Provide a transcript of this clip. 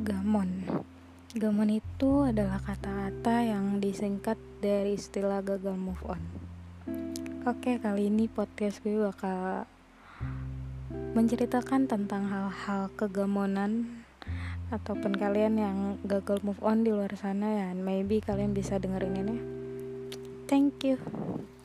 Gamon. Gamon itu adalah kata-kata yang disingkat dari istilah gagal move on. Oke, kali ini podcast gue bakal menceritakan tentang hal-hal kegamonan ataupun kalian yang gagal move on di luar sana ya. Maybe kalian bisa dengerin ini. Thank you.